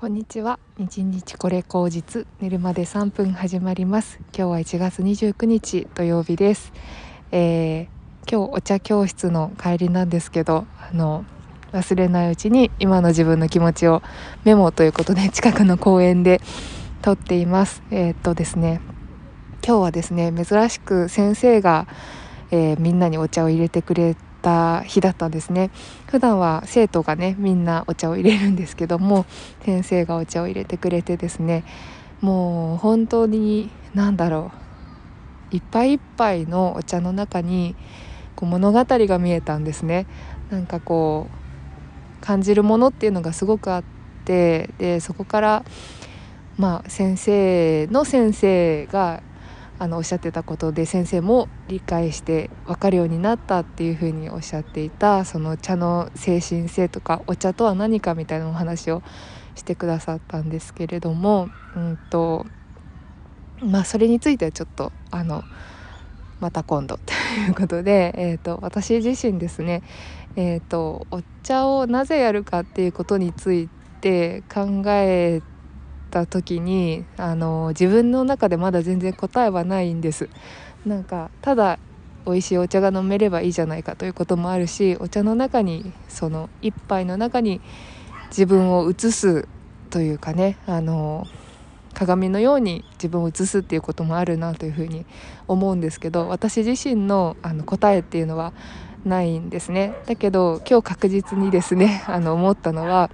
こんにちは。日日これ口実、寝るまで3分始まります。今日は1月29日土曜日です。今日お茶教室の帰りなんですけど、忘れないうちに今の自分の気持ちをメモということで近くの公園で撮っています。ですね、今日はですね、珍しく先生が、みんなにお茶を入れてくれた日だったんですね。普段は生徒がねみんなお茶を入れるんですけども、先生がお茶を入れてくれてですね、もう本当にいっぱいいっぱいのお茶の中にこう物語が見えたんですね。感じるものっていうのがすごくあって、でそこから先生の先生がおっしゃってたことで、先生も理解して分かるようになったっていうふうにおっしゃっていた、その茶の精神性とかお茶とは何かみたいなお話をしてくださったんですけれども、それについてはちょっとまた今度ということで、私自身ですね、お茶をなぜやるかっていうことについて考えた時に、自分の中でまだ全然答えはないんです。ただ美味しいお茶が飲めればいいじゃないかということもあるし、お茶の中にその一杯の中に自分を映すというかね、鏡のように自分を映すっていうこともあるなというふうに思うんですけど、私自身の答えっていうのはないんですね。だけど今日確実にですね思ったのは、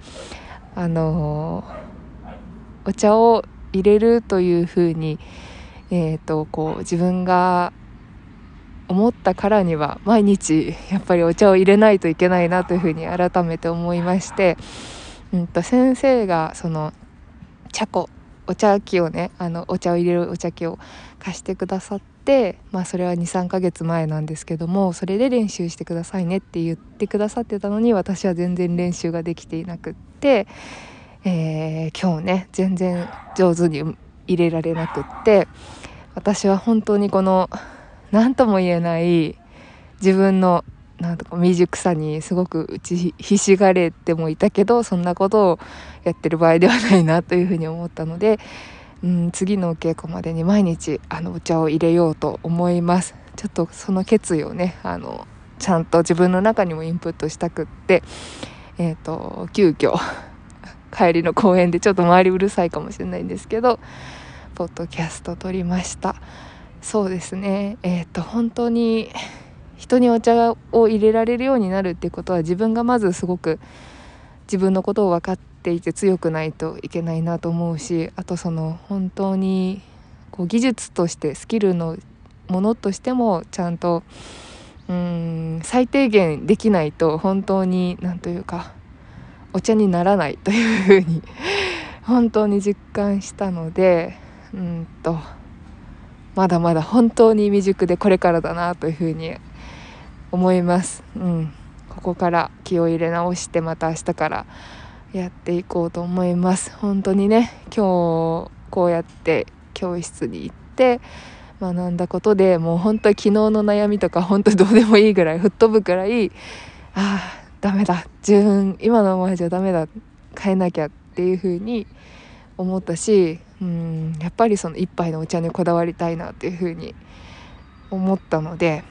お茶を入れるというふうに、自分が思ったからには毎日やっぱりお茶を入れないといけないなというふうに改めて思いまして、先生がそのお茶器をね、お茶を入れるお茶器を貸してくださって、それは 2,3 ヶ月前なんですけども、それで練習してくださいねって言ってくださってたのに、私は全然練習ができていなくって、今日ね全然上手に入れられなくって、私は本当にこの何とも言えない自分の未熟さにすごく打ちひしがれてもいたけど、そんなことをやってる場合ではないなというふうに思ったので、次のお稽古までに毎日お茶を入れようと思います。ちょっとその決意をねちゃんと自分の中にもインプットしたくって、急遽帰りの公園で、ちょっと周りうるさいかもしれないんですけど、ポッドキャスト撮りました。そうですね、本当に人にお茶を入れられるようになるっていうことは、自分がまずすごく自分のことを分かっていて強くないといけないなと思うし、あとその本当に技術としてスキルのものとしてもちゃんと最低限できないと本当にお茶にならないというふうに本当に実感したので、まだまだ本当に未熟でこれからだなというふうに思います。ここから気を入れ直して、また明日からやっていこうと思います。本当にね、今日こうやって教室に行って学んだことで、もう本当に昨日の悩みとか本当にどうでもいいぐらい吹っ飛ぶくらい、ダメだ、自分今のままじゃダメだ、変えなきゃっていう風に思ったし、やっぱりその一杯のお茶にこだわりたいなっていう風に思ったので、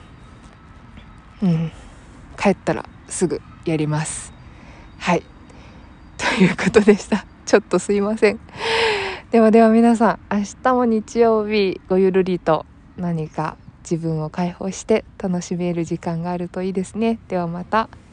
帰ったらすぐやります。はい、ということでした。ちょっとすいません。ではでは皆さん、明日も日曜日、ごゆるりと何か自分を解放して楽しめる時間があるといいですね。ではまた。